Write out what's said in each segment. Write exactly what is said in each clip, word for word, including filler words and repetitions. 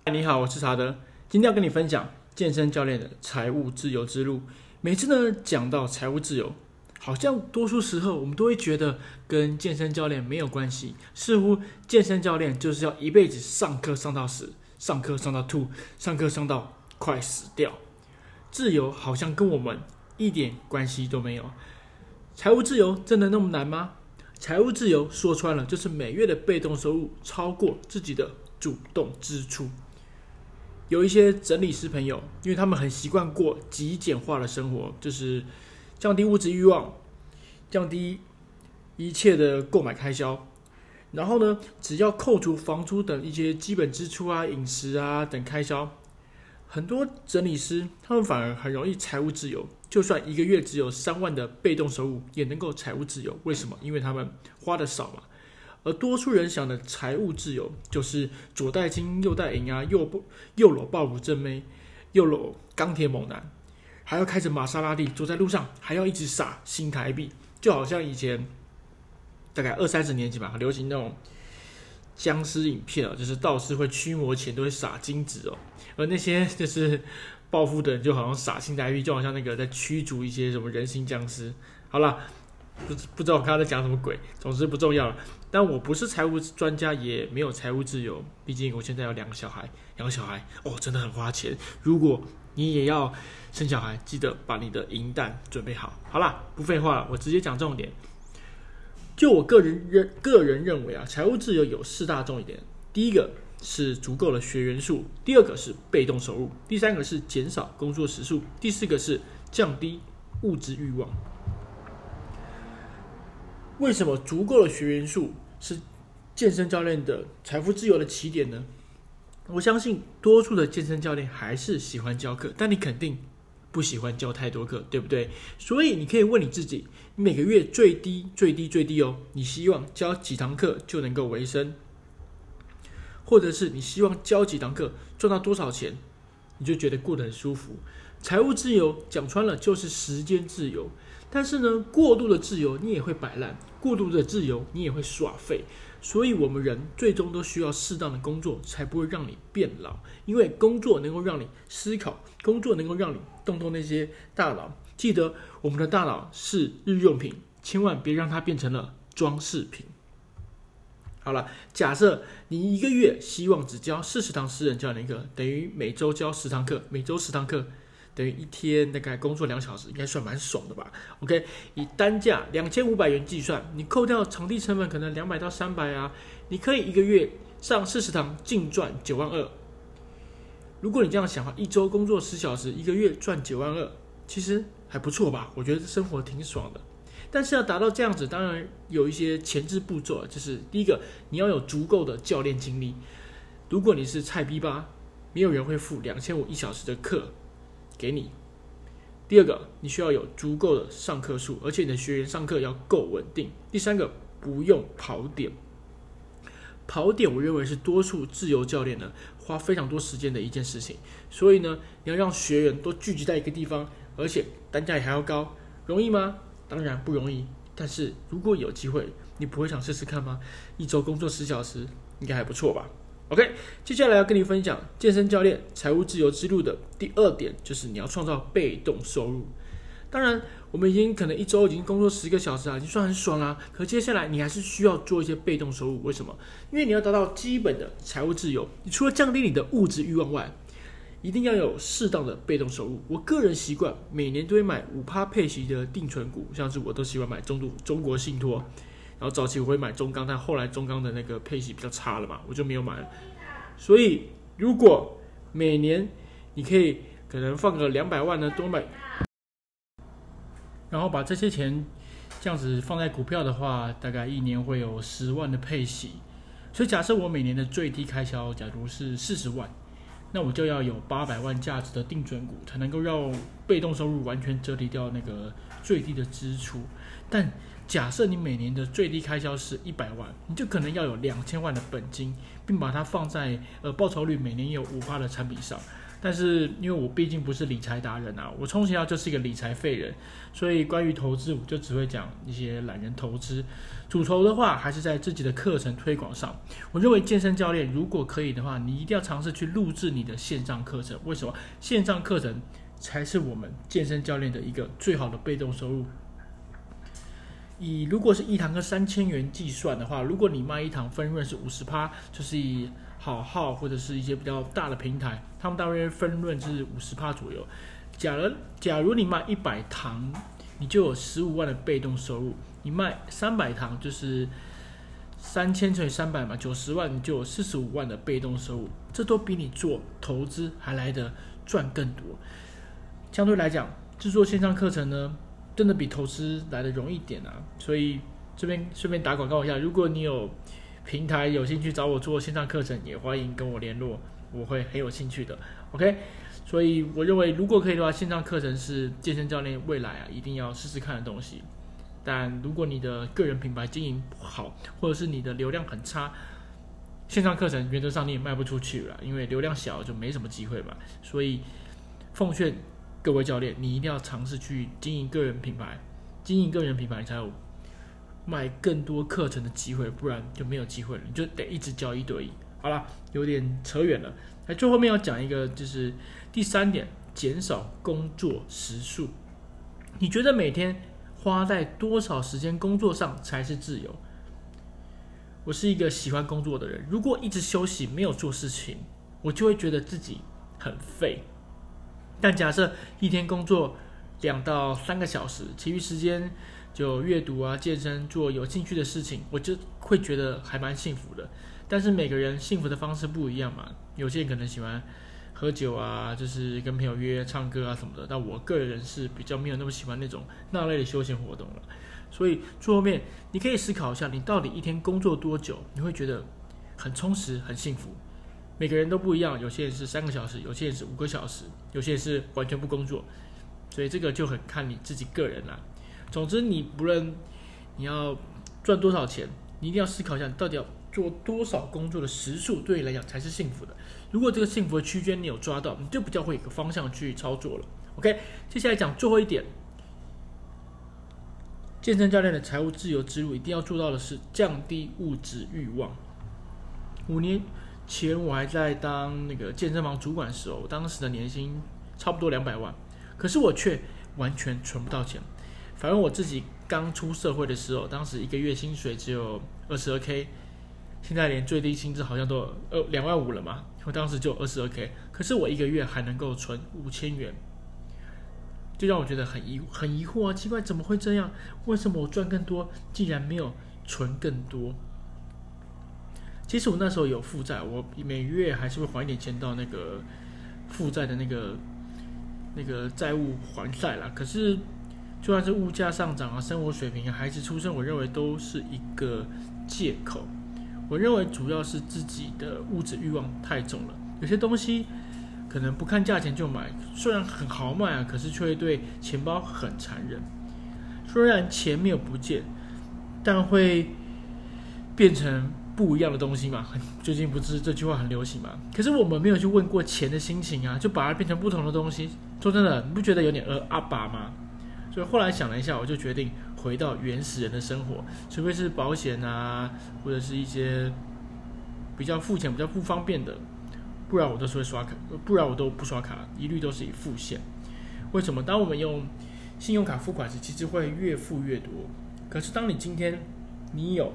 你好，我是查德，今天要跟你分享健身教练的财务自由之路。每次呢讲到财务自由，好像多数时候我们都会觉得跟健身教练没有关系，似乎健身教练就是要一辈子上课上到死，上课上到吐，上课上到快死掉。自由好像跟我们一点关系都没有。财务自由真的那么难吗？财务自由说穿了就是每月的被动收入超过自己的主动支出。有一些整理师朋友，因为他们很习惯过极简化的生活，就是降低物质欲望，降低一切的购买开销，然后呢，只要扣除房租等一些基本支出啊、饮食啊等开销，很多整理师他们反而很容易财务自由，就算一个月只有三万的被动收入，也能够财务自由。为什么？因为他们花的少嘛。而多数人想的财务自由，就是左带金右带银啊，右右搂抱乳正妹，右搂钢铁猛男，还要开着玛莎拉蒂，走在路上还要一直撒新台币，就好像以前大概二三十年前吧，流行那种僵尸影片啊，就是道士会驱魔前都会撒金子哦，而那些就是暴富的人就好像撒新台币，就好像那个在驱逐一些什么人形僵尸。好啦，不不知道我刚刚在讲什么鬼，总之不重要了。但我不是财务专家，也没有财务自由，毕竟我现在有两个小孩，两个小孩哦，真的很花钱。如果你也要生小孩，记得把你的银弹准备好。好啦，不废话了，我直接讲重点。就我个人认个人认为啊，财务自由有四大重点。第一个是足够的学员数，第二个是被动收入，第三个是减少工作时数，第四个是降低物质欲望。为什么足够的学员数是健身教练的财富自由的起点呢？我相信多数的健身教练还是喜欢教课，但你肯定不喜欢教太多课，对不对？所以你可以问你自己，你每个月最低最低最低哦，你希望教几堂课就能够维生，或者是你希望教几堂课赚到多少钱，你就觉得过得很舒服。财务自由讲穿了就是时间自由，但是呢，过度的自由你也会摆烂，过度的自由你也会耍废。所以我们人最终都需要适当的工作，才不会让你变老。因为工作能够让你思考，工作能够让你动动那些大脑。记得我们的大脑是日用品，千万别让它变成了装饰品。好了，假设你一个月希望只教四十堂私人教练课，等于每周教十堂课，每周十堂课等于一天大概工作两小时，应该算蛮爽的吧 ？OK， 以单价两千五百元计算，你扣掉场地成本可能两百到三百啊，你可以一个月上四十堂，净赚九万二。如果你这样想的话，一周工作十小时，一个月赚九万二，其实还不错吧？我觉得生活挺爽的。但是要达到这样子，当然有一些前置步骤，就是第一个，你要有足够的教练经历。如果你是菜逼吧，没有人会付两千五一小时的课给你。第二个，你需要有足够的上课数，而且你的学员上课要够稳定。第三个，不用跑点。跑点我认为是多数自由教练呢花非常多时间的一件事情。所以呢，你要让学员都聚集在一个地方，而且单价也还要高，容易吗？当然不容易。但是如果有机会，你不会想试试看吗？一周工作十小时，应该还不错吧？OK， 接下来要跟你分享健身教练财务自由之路的第二点，就是你要创造被动收入。当然，我们已经可能一周已经工作十个小时啊，已经算很爽啦。可接下来你还是需要做一些被动收入，为什么？因为你要达到基本的财务自由，你除了降低你的物质欲望外，一定要有适当的被动收入。我个人习惯每年都会买 百分之五 配息的定存股，像是我都喜欢买中中国信托。然后早期我会买中钢，但后来中钢的那个配息比较差了嘛，我就没有买了。所以如果每年你可以可能放个两百万呢，多买，然后把这些钱这样子放在股票的话，大概一年会有十万的配息。所以假设我每年的最低开销假如是四十万，那我就要有八百万价值的定存股，才能够让被动收入完全折抵掉那个最低的支出。但假设你每年的最低开销是一百万，你就可能要有两千万的本金，并把它放在呃报酬率每年也有 百分之五 的产品上。 但是因为我毕竟不是理财达人啊，我从小就是一个理财废人，所以关于投资我就只会讲一些懒人投资。主筹的话还是在自己的课程推广上。我认为健身教练如果可以的话，你一定要尝试去录制你的线上课程。为什么？线上课程才是我们健身教练的一个最好的被动收入。以如果是一堂课三千元计算的话，如果你卖一堂分润是 百分之五十， 就是以好好或者是一些比较大的平台，他们大约分润是 百分之五十 左右。假如假如你卖一百堂，你就有十五万的被动收入。你卖三百堂就是三千乘以三百嘛，九十万，你就有四十五万的被动收入。这都比你做投资还来得赚更多。相对来讲，制作线上课程呢，真的比投资来的容易点啊。所以这边顺便打广告一下，如果你有平台有兴趣找我做线上课程，也欢迎跟我联络，我会很有兴趣的。OK， 所以我认为如果可以的话，线上课程是健身教练未来啊一定要试试看的东西。但如果你的个人品牌经营不好，或者是你的流量很差，线上课程原则上你也卖不出去了，因为流量小就没什么机会嘛。所以奉劝各位教练，你一定要尝试去经营个人品牌，经营个人品牌才有卖更多课程的机会，不然就没有机会了，你就得一直教一对一。好啦，有点扯远了。那最后面要讲一个，就是第三点，减少工作时数。你觉得每天花在多少时间工作上才是自由？我是一个喜欢工作的人，如果一直休息没有做事情，我就会觉得自己很废。但假设一天工作两到三个小时，其余时间就阅读啊、健身、做有兴趣的事情，我就会觉得还蛮幸福的。但是每个人幸福的方式不一样嘛，有些人可能喜欢喝酒啊，就是跟朋友约唱歌啊什么的。但我个人是比较没有那么喜欢那种那类的休闲活动了。所以最后面你可以思考一下，你到底一天工作多久，你会觉得很充实、很幸福。每个人都不一样，有些人是三个小时，有些人是五个小时，有些人是完全不工作。所以这个就很看你自己个人啦。总之，你不论你要赚多少钱，你一定要思考一下，你到底要做多少工作的时数对你来讲才是幸福的。如果这个幸福的区间你有抓到，你就比较会有一个方向去操作了。OK， 接下来讲最后一点，健身教练的财务自由之路一定要做到的是降低物质欲望。五年前我还在当那个健身房主管的时候，当时的年薪差不多两百万，可是我却完全存不到钱。反正我自己刚出社会的时候，当时一个月薪水只有 二十二K， 现在连最低薪资好像都有两万五了嘛，我当时就 二十二K， 可是我一个月还能够存五千元，就让我觉得很疑很疑惑啊，奇怪怎么会这样？为什么我赚更多，竟然没有存更多？其实我那时候有负债，我每月还是会还一点钱到那个负债的那个那个债务还债啦。可是就算是物价上涨啊、生活水平啊、孩子出生，我认为都是一个借口。我认为主要是自己的物质欲望太重了，有些东西可能不看价钱就买，虽然很豪迈啊，可是却会对钱包很残忍。虽然钱没有不见，但会变成不一样的东西嘛。最近不是这句话很流行嘛？可是我们没有去问过钱的心情啊，就把它变成不同的东西。说真的，你不觉得有点呃阿爸吗？所以后来想了一下，我就决定回到原始人的生活，除非是保险啊，或者是一些比较付钱比较不方便的，不然我都是会刷卡，不然我都不刷卡，一律都是以付现。为什么？当我们用信用卡付款时，其实会越付越多。可是当你今天你有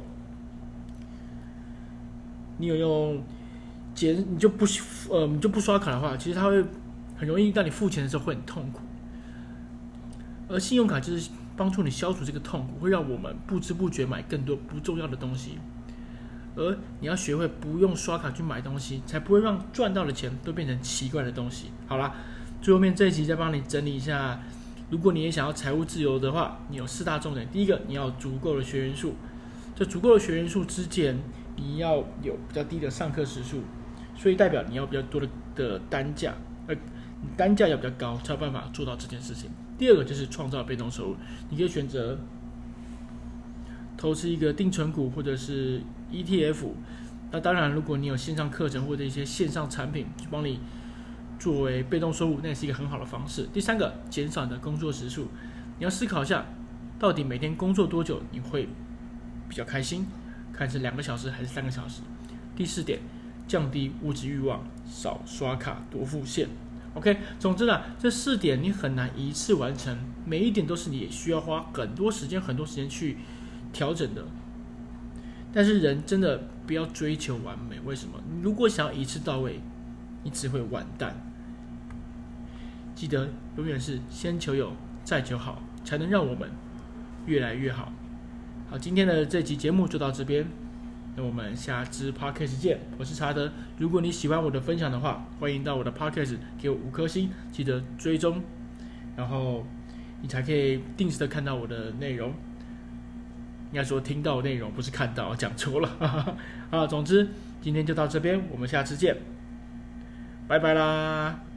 你有用减，你就不呃你就不刷卡的话，其实它会很容易让你付钱的时候会很痛苦。而信用卡就是帮助你消除这个痛苦，会让我们不知不觉买更多不重要的东西。而你要学会不用刷卡去买东西，才不会让赚到的钱都变成奇怪的东西。好啦，最后面这一集再帮你整理一下，如果你也想要财务自由的话，你有四大重点。第一个，你要有足够的学员数，这足够的学员数之前，你要有比较低的上课时数，所以代表你要比较多的的单价，呃，你单价要比较高，才有办法做到这件事情。第二个就是创造被动收入，你可以选择投资一个定存股或者是 E T F。那当然，如果你有线上课程或者一些线上产品去帮你作为被动收入，那也是一个很好的方式。第三个，减少你的工作时数，你要思考一下，到底每天工作多久你会比较开心，看是两个小时还是三个小时。第四点，降低物质欲望，少刷卡多付现。OK， 总之呢，这四点你很难一次完成，每一点都是你需要花很多时间、很多时间去调整的。但是人真的不要追求完美，为什么？如果想要一次到位，你只会完蛋。记得永远是先求有，再求好，才能让我们越来越好。好，今天的这集节目就到这边。那我们下支 podcast 见，我是查德。如果你喜欢我的分享的话，欢迎到我的 podcast 给我五颗星，记得追踪，然后你才可以定时的看到我的内容。应该说听到内容，不是看到，讲错了。好，总之今天就到这边，我们下次见，拜拜啦。